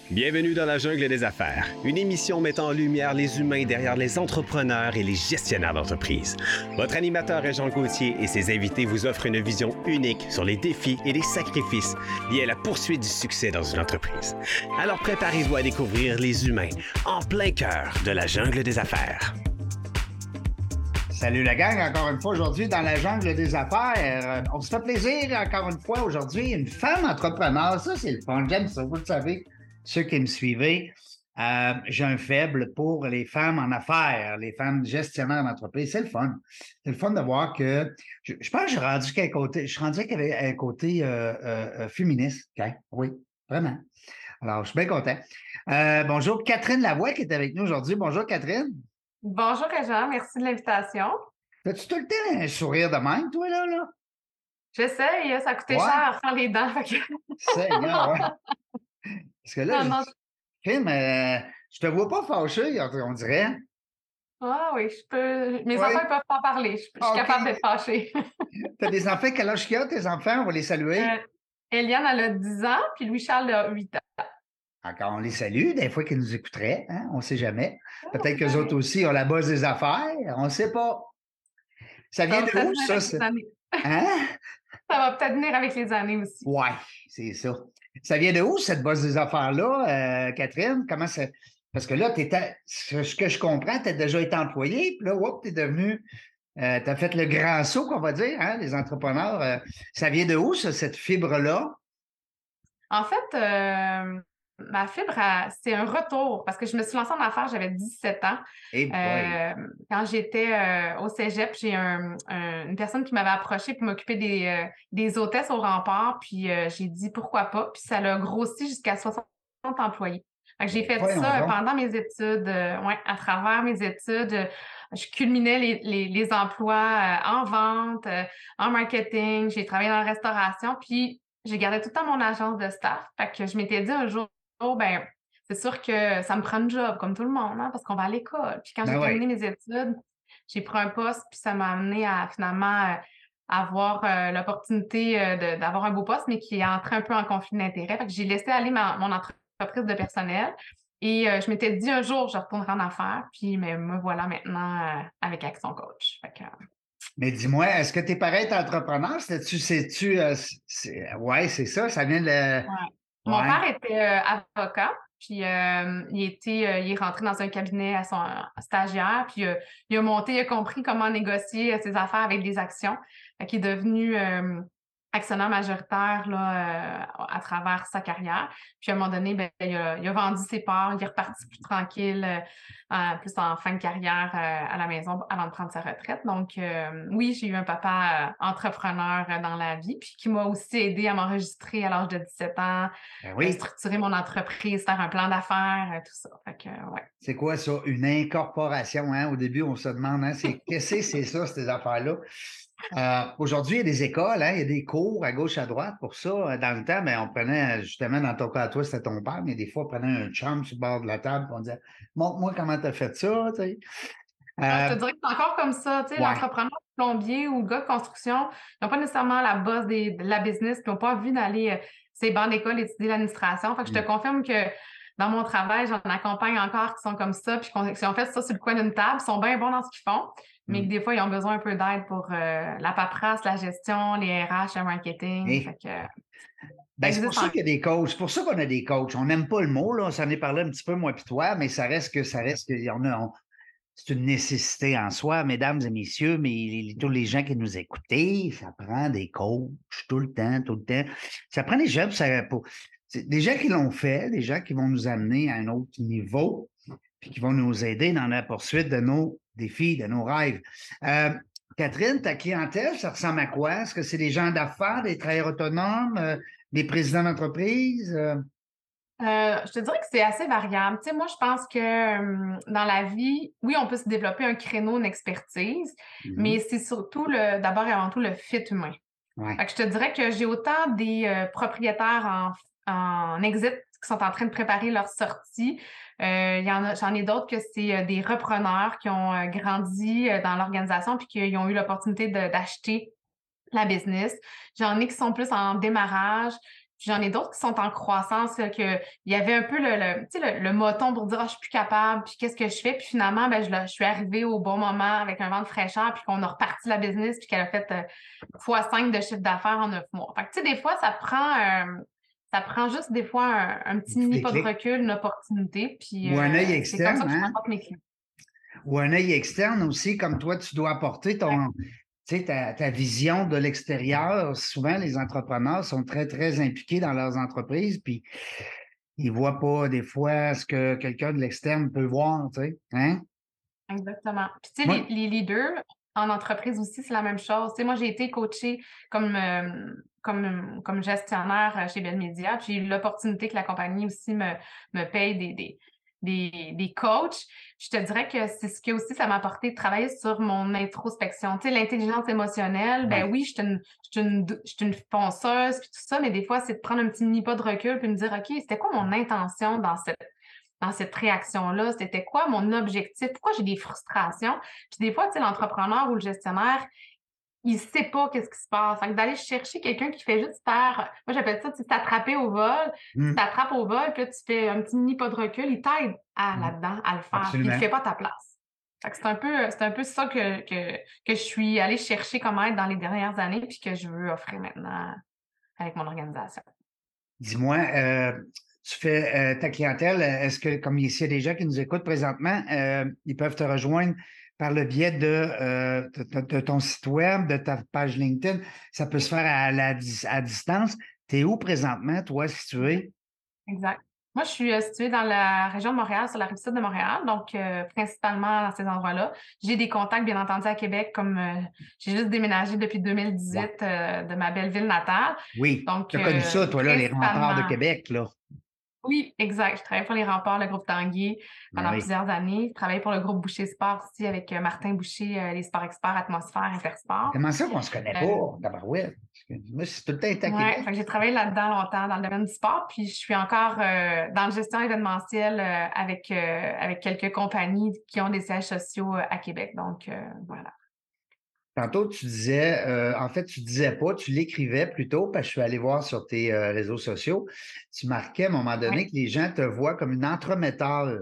Bienvenue dans la jungle des affaires, une émission mettant en lumière les humains derrière les entrepreneurs et les gestionnaires d'entreprise. Votre animateur est Jean Gauthier et ses invités vous offrent une vision unique sur les défis et les sacrifices liés à la poursuite du succès dans une entreprise. Alors préparez-vous à découvrir les humains en plein cœur de la jungle des affaires. Salut la gang, encore une fois aujourd'hui dans la jungle des affaires. On se fait plaisir encore une fois aujourd'hui. Une femme entrepreneur, ça c'est le fun, j'aime ça, vous le savez. Ceux qui me suivez, j'ai un faible pour les femmes en affaires, les femmes gestionnaires d'entreprise. C'est le fun. C'est le fun de voir que je pense que je suis rendu avec un côté féministe. Okay? Oui, vraiment. Alors, je suis bien content. Bonjour Catherine Lavoie qui est avec nous aujourd'hui. Bonjour Catherine. Bonjour Jean, merci de l'invitation. As-tu tout le temps un sourire de même, toi, là? J'essaye, ça a coûté cher à faire les dents. Seigneur, ouais. Parce que là, je te vois pas fâché, on dirait. Ah oui, je peux. Mes enfants peuvent pas parler. Je suis capable d'être fâchée. Tu as des enfants, quel âge qu'il y a, tes enfants? On va les saluer. Eliane, elle a 10 ans, puis Louis-Charles a 8 ans. Encore, on les salue, des fois qu'ils nous écouteraient, hein? On ne sait jamais. Peut-être qu'eux autres aussi ont la base des affaires, on ne sait pas. Ça vient de où, ça? Hein? Ça va peut-être venir avec les années aussi. Oui, c'est ça. Ça vient de où, cette base des affaires-là, Catherine? Comment ça... Parce que là, ce que je comprends, tu as déjà été employé, puis là, tu es devenu... tu as fait le grand saut, qu'on va dire, hein, les entrepreneurs. Ça vient de où, ça, cette fibre-là? En fait, ma fibre, c'est un retour, parce que je me suis lancée en affaires, j'avais 17 ans. Quand j'étais au cégep, j'ai une personne qui m'avait approchée pour m'occuper des hôtesses au rempart, puis j'ai dit pourquoi pas, puis ça l'a grossi jusqu'à 60 employés. Fait que j'ai fait ça pendant mes études, à travers mes études. Je culminais les emplois en vente, en marketing, j'ai travaillé dans la restauration, puis j'ai gardé tout le temps mon agence de staff. Fait que je m'étais dit un jour, c'est sûr que ça me prend un job, comme tout le monde, hein, parce qu'on va à l'école. Puis quand j'ai terminé mes études, j'ai pris un poste, puis ça m'a amené à finalement avoir l'opportunité d'avoir un beau poste, mais qui est entré un peu en conflit d'intérêts. Fait que j'ai laissé aller mon entreprise de personnel. Et je m'étais dit un jour, je retournerai en affaires. Puis me voilà maintenant avec Action Coach. Fait que, mais dis-moi, est-ce que tes parents étaient entrepreneurs? Oui, c'est ça, ça vient de... Ouais. Mon père était avocat, puis il est rentré dans un cabinet à son stagiaire, puis il a compris comment négocier ses affaires avec des actions. Fait est devenu actionnaire majoritaire là, à travers sa carrière. Puis à un moment donné, il a vendu ses parts, il est reparti plus tranquille, plus en fin de carrière à la maison avant de prendre sa retraite. Donc oui, j'ai eu un papa entrepreneur dans la vie, puis qui m'a aussi aidé à m'enregistrer à l'âge de 17 ans, structurer mon entreprise, faire un plan d'affaires, tout ça. Fait que, C'est quoi ça? Une incorporation, hein? Au début, on se demande, hein, qu'est-ce que c'est ça, ces affaires-là? Aujourd'hui, il y a des écoles, hein, il y a des cours à gauche, à droite pour ça. Dans le temps, on prenait, justement, dans ton cas à toi, c'était ton père, mais des fois, on prenait un chum sur le bord de la table et on disait montre-moi comment tu as fait ça. Tu sais. Je te dirais que c'est encore comme ça. Tu sais, l'entrepreneur plombier ou le gars de construction, ils n'ont pas nécessairement la base de la business, puis ils n'ont pas envie d'aller ces bancs d'école étudier l'administration. Fait que je te confirme que dans mon travail, j'en accompagne encore qui sont comme ça, puis qui ont fait ça sur le coin d'une table, ils sont bien bons dans ce qu'ils font, mais que des fois, ils ont besoin un peu d'aide pour la paperasse, la gestion, les RH, le marketing. Fait que, c'est pour ça qu'il y a des coachs. C'est pour ça qu'on a des coachs. On n'aime pas le mot, là. On s'en est parlé un petit peu, moi puis toi, mais ça reste que c'est une nécessité en soi, mesdames et messieurs, mais tous les gens qui nous écoutent, ça prend des coachs tout le temps. Ça prend des gens des gens qui l'ont fait, des gens qui vont nous amener à un autre niveau, puis qui vont nous aider dans la poursuite de nos défis, de nos rêves. Catherine, ta clientèle, ça ressemble à quoi? Est-ce que c'est des gens d'affaires, des travailleurs autonomes, des présidents d'entreprise? Je te dirais que c'est assez variable. Tu sais, moi, je pense que dans la vie, oui, on peut se développer un créneau, une expertise, mais c'est surtout d'abord et avant tout le fit humain. Fait que je te dirais que j'ai autant des propriétaires en exit qui sont en train de préparer leur sortie. J'en ai d'autres que c'est des repreneurs qui ont grandi dans l'organisation puis qui ont eu l'opportunité d'acheter la business. J'en ai qui sont plus en démarrage, J'en ai d'autres qui sont en croissance, là, que il y avait un peu le moton pour dire, ah, je suis plus capable, puis qu'est-ce que je fais? Puis finalement, ben, je suis arrivée au bon moment avec un vent de fraîcheur, puis qu'on a reparti la business, puis qu'elle a fait x5 de chiffre d'affaires en 9 mois. Fait que, tu sais, des fois, ça prend juste des fois un petit mini pas de recul, une opportunité, puis ou un œil c'est comme ça externe, que je hein? m'apporte mes clients. Ou un œil externe aussi, comme toi, tu dois apporter ton, tu sais, ta vision de l'extérieur. Souvent, les entrepreneurs sont très, très impliqués dans leurs entreprises, puis ils ne voient pas des fois ce que quelqu'un de l'externe peut voir, tu sais. Hein? Exactement. Puis tu sais, Moi, les leaders en entreprise aussi, c'est la même chose. Tu sais, moi, j'ai été coachée comme gestionnaire chez Bell Media, puis j'ai eu l'opportunité que la compagnie aussi me paye des coachs. Je te dirais que c'est ce que aussi ça m'a apporté de travailler sur mon introspection. Tu sais, l'intelligence émotionnelle, ben oui, je suis une fonceuse, puis tout ça, mais des fois, c'est de prendre un petit mini pas de recul puis me dire, OK, c'était quoi mon intention dans cette réaction-là? C'était quoi mon objectif? Pourquoi j'ai des frustrations? Puis des fois, tu sais, l'entrepreneur ou le gestionnaire, il sait pas qu'est-ce qui se passe. Fait que d'aller chercher quelqu'un qui fait juste faire, moi j'appelle ça, tu sais, t'attraper au vol, tu t'attrapes au vol, puis là, tu fais un petit mini pas de recul, il t'aide là-dedans à le faire, puis il le fait pas à ta place. Fait que c'est un peu ça que je suis allée chercher comme aide dans les dernières années, puis que je veux offrir maintenant avec mon organisation. dis-moi, tu fais ta clientèle, est-ce que, comme ici, il y a des gens qui nous écoutent présentement, ils peuvent te rejoindre par le biais de ton site web, de ta page LinkedIn? Ça peut se faire à distance. Tu es où présentement, toi, situé? Exact. Moi, je suis située dans la région de Montréal, sur la rive sud de Montréal, donc principalement dans ces endroits-là. J'ai des contacts, bien entendu, à Québec, comme j'ai juste déménagé depuis 2018 de ma belle ville natale. Oui, Donc, tu as connu ça, toi, là, les remparts de principalement. Québec, là. Oui, exact. Je travaillais pour les remparts, le groupe Tanguy, pendant plusieurs années. Je travaillais pour le groupe Boucher Sport aussi avec Martin Boucher, les sports experts, Atmosphère, Intersport. Comment ça qu'on se connaît pas, tabarouette? Moi, c'est tout le temps été à Ouais, Québec. fait que j'ai travaillé là-dedans longtemps dans le domaine du sport, puis je suis encore dans la gestion événementielle avec quelques compagnies qui ont des sièges sociaux à Québec. Donc, voilà. Tantôt, tu disais, en fait, tu disais pas, tu l'écrivais plutôt, parce que je suis allé voir sur tes réseaux sociaux. Tu marquais à un moment donné que les gens te voient comme une entremetteur.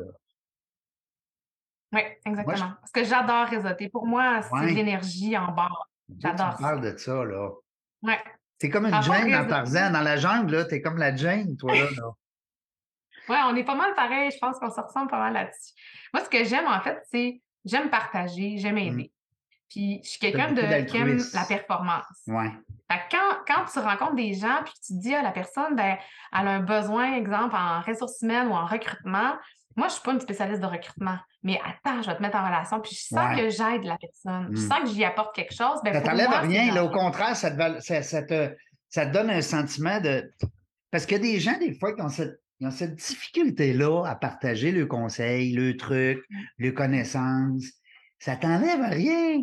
Oui, exactement. Parce que j'adore réseauter. Pour moi, c'est de Ouais. l'énergie en barre. Tu me J'adore ça. parles de ça, là. Ouais. T'es comme une En fait, Jane dans réseauter. Tarzan, dans la jungle, là. T'es comme la Jane, toi, là. Ouais, on est pas mal pareil. Je pense qu'on se ressemble pas mal là-dessus. Moi, ce que j'aime, en fait, c'est j'aime partager, j'aime aider. Puis, je suis quelqu'un qui aime la performance. Ouais. Fait que quand tu rencontres des gens puis que tu te dis à la personne, ben, elle a un besoin, exemple, en ressources humaines ou en recrutement, moi, je suis pas une spécialiste de recrutement, mais attends, je vais te mettre en relation, puis je sens que j'aide la personne, je sens que j'y apporte quelque chose. Ben, Ça pour t'enlève moi, rien, là. Au contraire, ça te donne un sentiment de. Parce qu'il y a des gens, des fois, qui ont cette difficulté-là à partager le conseil, le truc, le connaissance. Ça t'enlève rien.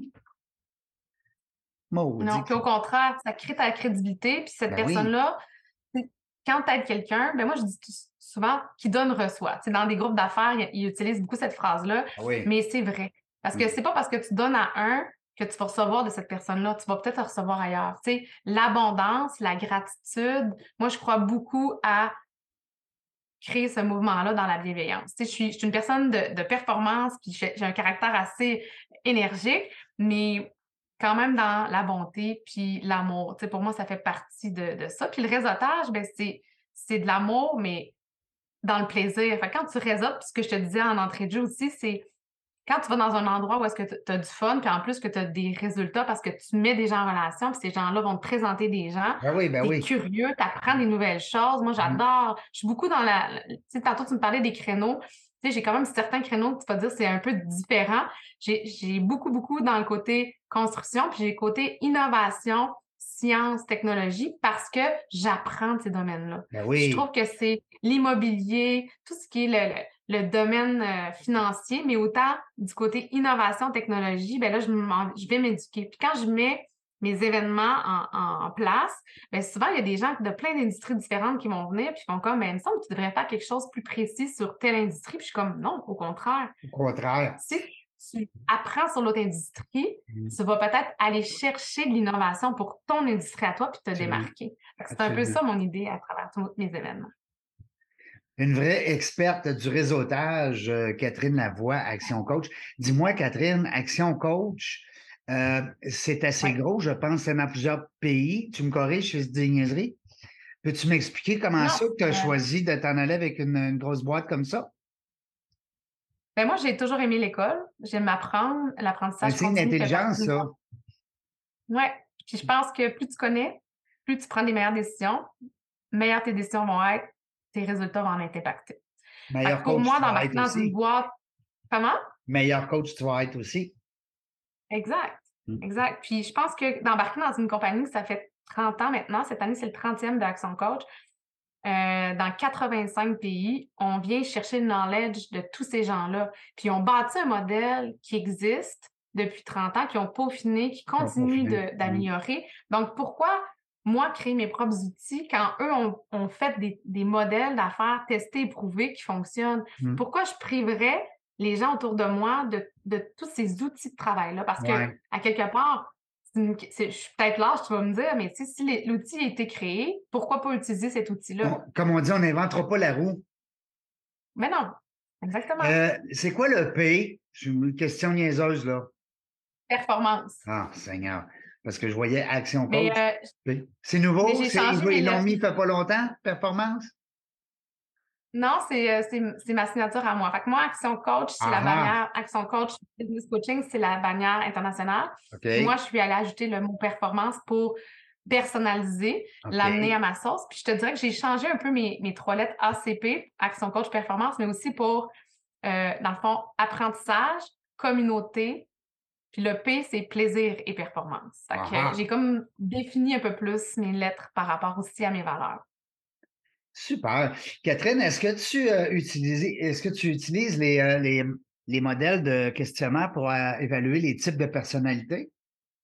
Maudit. Non, puis au contraire, ça crée ta crédibilité, puis cette personne-là, quand tu aides quelqu'un, ben moi, je dis souvent qui donne reçoit. Tu sais, dans des groupes d'affaires, ils utilisent beaucoup cette phrase-là, mais c'est vrai. Parce que c'est pas parce que tu donnes à un que tu vas recevoir de cette personne-là. Tu vas peut-être recevoir ailleurs. Tu sais, l'abondance, la gratitude, moi, je crois beaucoup à créer ce mouvement-là dans la bienveillance. Tu sais, je suis une personne de performance, puis j'ai un caractère assez énergique, mais quand même dans la bonté puis l'amour. Tu sais, pour moi, ça fait partie de ça. Puis le réseautage, ben c'est de l'amour, mais dans le plaisir. Fait que quand tu réseautes, puis ce que je te disais en entrée de jeu aussi, c'est quand tu vas dans un endroit où est-ce que tu as du fun, puis en plus que tu as des résultats parce que tu mets des gens en relation, puis ces gens-là vont te présenter des gens. T'es curieux, tu apprends des nouvelles choses. Moi, j'adore. Je suis beaucoup dans tu sais, tantôt, tu me parlais des créneaux. Tu sais, j'ai quand même certains créneaux que tu vas dire c'est un peu différent. J'ai beaucoup, beaucoup dans le côté construction, puis j'ai le côté innovation, science, technologie, parce que j'apprends de ces domaines-là. Je trouve que c'est l'immobilier, tout ce qui est le domaine financier, mais autant du côté innovation, technologie, ben là, je vais m'éduquer. Puis quand je mets mes événements en place, bien souvent, il y a des gens de plein d'industries différentes qui vont venir, puis qui font comme, ben, il me semble que tu devrais faire quelque chose de plus précis sur telle industrie. Puis je suis comme, non, au contraire. Au contraire. tu apprends sur l'autre industrie, tu vas peut-être aller chercher de l'innovation pour ton industrie à toi puis te démarquer. C'est un peu ça mon idée à travers tous mes événements. Une vraie experte du réseautage, Catherine Lavoie, Action Coach. Dis-moi, Catherine, Action Coach, c'est assez gros, je pense, c'est dans plusieurs pays. Tu me corriges, je fais des niaiseries. Peux-tu m'expliquer comment ça que tu as choisi de t'en aller avec une grosse boîte comme ça? Ben moi, j'ai toujours aimé l'école. J'aime apprendre, l'apprentissage c'est une intelligence, ça. Oui. Puis je pense que plus tu connais, plus tu prends des meilleures décisions, meilleures tes décisions vont être, tes résultats vont en être impactés. Meilleur pour coach, moi, tu vas d'embarquer être dans une aussi. boîte. Comment? Meilleur coach, tu vas être aussi. Exact. Exact. Puis je pense que d'embarquer dans une compagnie, ça fait 30 ans maintenant. Cette année, c'est le 30e de Action Coach. Dans 85 pays, on vient chercher le knowledge de tous ces gens-là. Puis on bâtit un modèle qui existe depuis 30 ans, qui ont peaufiné, qui continue d'améliorer. Donc, pourquoi moi créer mes propres outils quand eux ont fait des modèles d'affaires testés et prouvés qui fonctionnent? Pourquoi je priverais les gens autour de moi de tous ces outils de travail-là? Parce que, à quelque part, je suis peut-être lâche, tu vas me dire, mais si l'outil a été créé, pourquoi pas utiliser cet outil-là? Comme on dit, on n'inventera pas la roue. Mais non, exactement. C'est quoi le P? C'est une question niaiseuse, là. Performance. Ah, Seigneur. Parce que je voyais Action Coach. C'est mais nouveau? j'ai changé Ils l'ont mis il ne fait pas longtemps, Performance? Non, c'est ma signature à moi. Fait que moi, Action Coach, c'est la bannière. Action Coach Business Coaching, c'est la bannière internationale. Puis moi, je suis allée ajouter le mot performance pour personnaliser, l'amener à ma sauce. Puis je te dirais que j'ai changé un peu mes 3 lettres ACP, Action Coach Performance, mais aussi pour, dans le fond, apprentissage, communauté. Puis le P, c'est plaisir et performance. Fait que j'ai comme défini un peu plus mes lettres par rapport aussi à mes valeurs. Super. Catherine, est-ce que tu utilises les modèles de questionnaire pour évaluer les types de personnalités?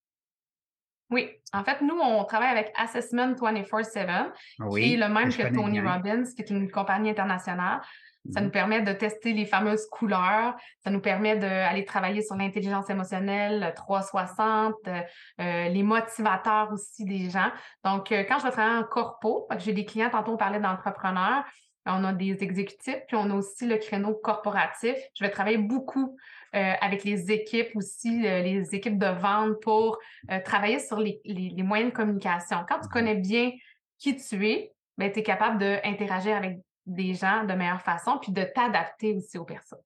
Oui. En fait, nous, on travaille avec Assessment 24/7, qui est le même que Tony Robbins, qui est une compagnie internationale. Ça nous permet de tester les fameuses couleurs. Ça nous permet d'aller travailler sur l'intelligence émotionnelle 360, les motivateurs aussi des gens. Donc, quand je vais travailler en corpo, j'ai des clients, tantôt on parlait d'entrepreneurs, on a des exécutifs, puis on a aussi le créneau corporatif. Je vais travailler beaucoup avec les équipes aussi, les équipes de vente pour travailler sur les moyens de communication. Quand tu connais bien qui tu es, ben, tu es capable d'interagir avec des gens de meilleure façon, puis de t'adapter aussi aux personnes.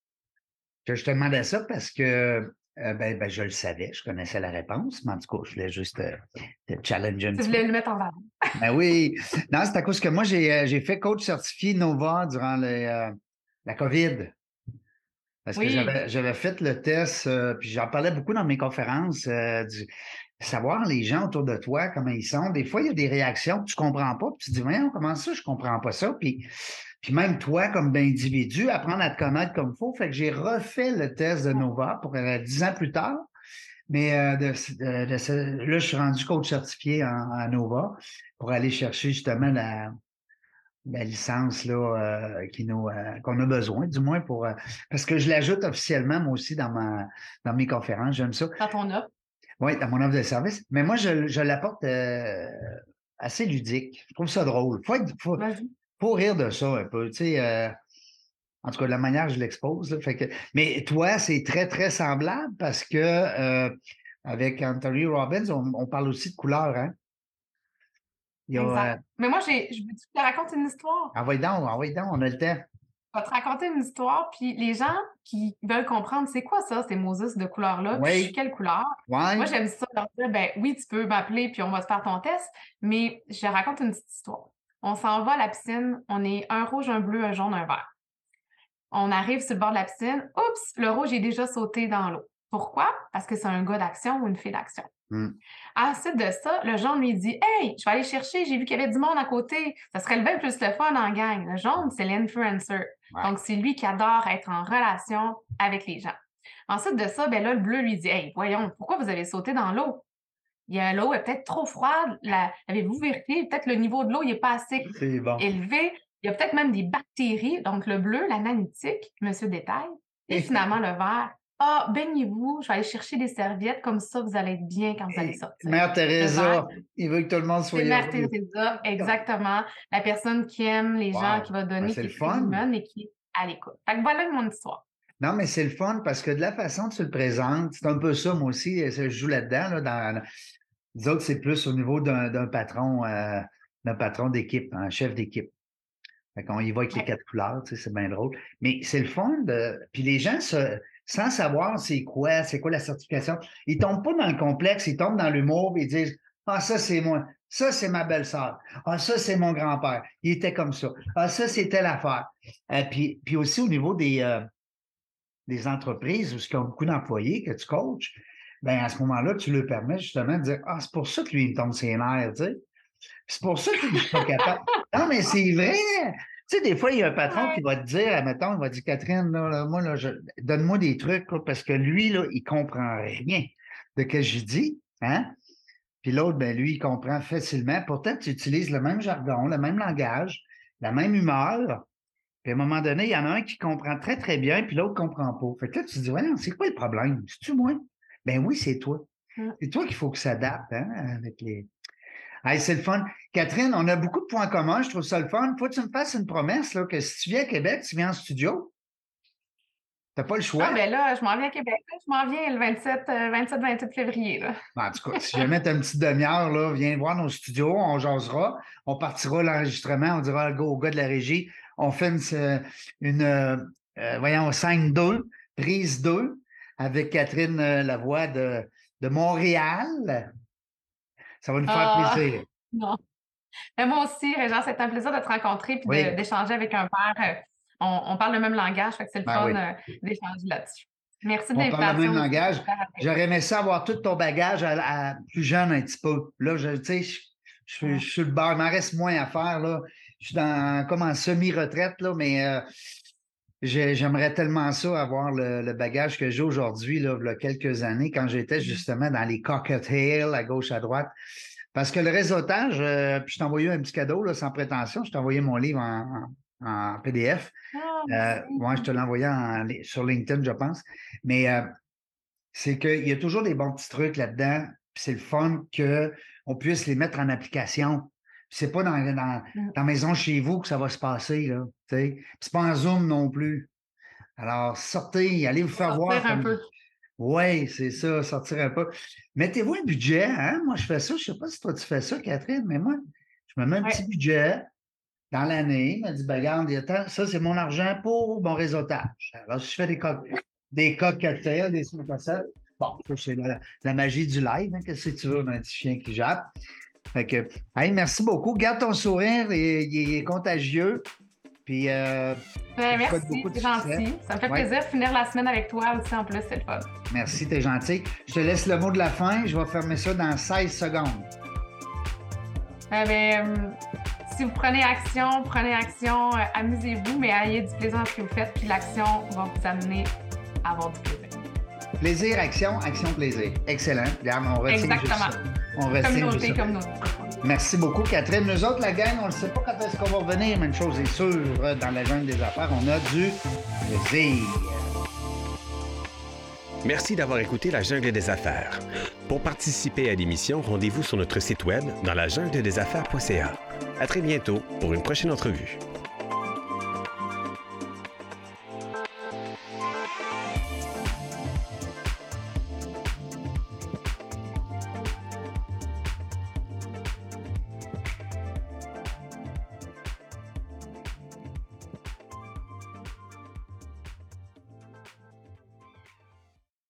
Je te demandais ça parce que je le savais, je connaissais la réponse, mais en tout cas, je voulais juste te challenger un petit peu. Tu voulais le mettre en valeur. Ben oui. Non, c'est à cause que moi, j'ai fait coach certifié Nova durant la COVID. Parce que j'avais fait le test, puis j'en parlais beaucoup dans mes conférences, savoir les gens autour de toi, comment ils sont. Des fois, il y a des réactions que tu ne comprends pas, puis tu te dis, voyons, comment ça, je ne comprends pas ça. Puis même toi, comme individu, apprendre à te connaître comme il faut. Fait que j'ai refait le test de Nova pour 10 ans plus tard. Mais là, je suis rendu coach certifié en Nova pour aller chercher justement la licence là, qu'on a besoin, du moins pour parce que je l'ajoute officiellement, moi aussi, dans mes conférences. J'aime ça. Dans ton offre? Oui, dans mon offre de service. Mais moi, je l'apporte assez ludique. Je trouve ça drôle. Faut rire de ça un peu. Tu sais, en tout cas, de la manière que je l'expose. Mais toi, c'est très, très semblable parce que avec Anthony Robbins, on parle aussi de couleurs, hein? Exact. Mais moi, je veux te raconter une histoire. Envoie donc, on a le temps. Je vais te raconter une histoire, puis les gens qui veulent comprendre, c'est quoi ça, ces Moses de couleurs-là, puis je suis quelle couleur? Moi, j'aime ça leur dire, ben oui, tu peux m'appeler, puis on va se faire ton test, mais je raconte une petite histoire. On s'en va à la piscine, on est un rouge, un bleu, un jaune, un vert. On arrive sur le bord de la piscine, oups, le rouge est déjà sauté dans l'eau. Pourquoi? Parce que c'est un gars d'action ou une fille d'action. Ensuite de ça, le jaune lui dit, hey, je vais aller chercher, j'ai vu qu'il y avait du monde à côté. Ça serait le bien plus le fun en gang. Le jaune, c'est l'influencer. Donc, c'est lui qui adore être en relation avec les gens. Ensuite de ça, ben là, le bleu lui dit, hey, voyons, pourquoi vous avez sauté dans l'eau? L'eau est peut-être trop froide. Avez-vous vérifié? Peut-être le niveau de l'eau n'est pas assez élevé. Il y a peut-être même des bactéries. Donc, le bleu, l'analytique, monsieur détail. Et finalement, le vert, Ah, baignez-vous, je vais aller chercher des serviettes, comme ça, vous allez être bien quand vous allez sortir. Mère Teresa, il veut que tout le monde soit C'est Mère heureux. Teresa, exactement. La personne qui aime les gens, qui va donner, c'est qui le est fun. humaine et qui est à l'écoute. Fait que voilà mon histoire. Non, mais c'est le fun parce que de la façon que tu le présentes, c'est un peu ça, moi aussi, je joue là-dedans. Là, nous autres, c'est plus au niveau d'un patron d'équipe, un chef d'équipe. Fait qu'on y va avec les 4 couleurs, tu sais, c'est bien drôle. Mais c'est le fun Puis les gens, sans savoir c'est quoi la certification, ils tombent pas dans le complexe, ils tombent dans l'humour et ils disent ah, ça, c'est moi. Ça, c'est ma belle-sœur. Ah, ça, c'est mon grand-père. Il était comme ça. Ah, ça, c'était l'affaire. Puis aussi au niveau des entreprises où il y a beaucoup d'employés que tu coaches, ben à ce moment-là, tu leur permets justement de dire ah, c'est pour ça que lui, il me tombe ses nerfs, tu sais. C'est pour ça qu'il n'est pas capable. Non, mais c'est vrai. Tu sais, des fois, il y a un patron qui va te dire, admettons, il va dire Catherine, moi, donne-moi des trucs, là, parce que lui, là, il comprend rien de ce que je dis, hein? Puis l'autre, ben lui, il comprend facilement. Pourtant, tu utilises le même jargon, le même langage, la même humeur. Puis à un moment donné, il y en a un qui comprend très, très bien, puis l'autre ne comprend pas. Fait que là, tu te dis, ouais, c'est quoi le problème? C'est-tu moi? Ben oui, c'est toi. C'est toi qu'il faut que ça s'adapte, hein, avec les. Hey, c'est le fun. Catherine, on a beaucoup de points communs. Je trouve ça le fun. Faut que tu me fasses une promesse là, que si tu viens à Québec, tu viens en studio. Tu n'as pas le choix. Ah, ben là, je m'en viens à Québec. Je m'en viens le 27 février. Là. En tout cas, si jamais tu as une petite demi-heure, là, viens voir nos studios, on jasera, on partira l'enregistrement, on dira au gars de la régie, on fait voyons, 5-2, prise 2, avec Catherine Lavoie de Montréal. Ça va nous faire plaisir. Non. Mais moi aussi, Régent, c'est un plaisir de te rencontrer et d'échanger avec un père. On parle le même langage, fait que c'est le fun d'échanger là-dessus. Merci de l'invitation. On parle le même langage. J'aurais aimé ça avoir tout ton bagage à plus jeune un petit peu. Là, je suis sur le bord. Il m'en reste moins à faire. Là. Je suis comme en semi-retraite, là, mais j'aimerais tellement ça, avoir le bagage que j'ai aujourd'hui, là, il y a quelques années, quand j'étais justement dans les cocktails à gauche, à droite. Parce que le réseautage, puis je t'ai envoyé un petit cadeau, là, sans prétention, je t'ai envoyé mon livre en PDF. Moi, je te l'ai envoyé sur LinkedIn, je pense. Mais c'est qu'il y a toujours des bons petits trucs là-dedans. Puis c'est le fun qu'on puisse les mettre en application. Puis c'est pas dans la maison chez vous que ça va se passer, là. Puis c'est pas en Zoom non plus. Alors, sortez, allez vous faire voir. Un peu. Oui, c'est ça, sortir un peu. Mettez-vous un budget, hein? Moi, je fais ça. Je ne sais pas si toi, tu fais ça, Catherine, mais moi, je me mets un petit budget dans l'année. Je me dis, ben, regarde, ça, c'est mon argent pour mon réseautage. Alors, si je fais des cocktails, des trucs comme ça, bon, c'est la magie du live. Hein? Qu'est-ce que tu veux, un petit chien qui jappe? Fait que, hey, merci beaucoup. Garde ton sourire, il est contagieux. Puis, merci, c'est gentil. Ça me fait plaisir de finir la semaine avec toi aussi, en plus, c'est le fun. Merci, t'es gentil. Je te laisse le mot de la fin. Je vais fermer ça dans 16 secondes. Si vous prenez action, amusez-vous, mais ayez du plaisir dans ce que vous faites, puis l'action va vous amener à avoir du plaisir. Plaisir, action, plaisir. Excellent. Regarde, on retient exactement. On retient comme nous. Merci beaucoup, Catherine. Nous autres, la gang, on ne sait pas quand est-ce qu'on va revenir, mais une chose est sûre, dans la jungle des affaires, on a du plaisir. Merci d'avoir écouté La Jungle des Affaires. Pour participer à l'émission, rendez-vous sur notre site web dans lajungledesaffaires.ca. À très bientôt pour une prochaine entrevue.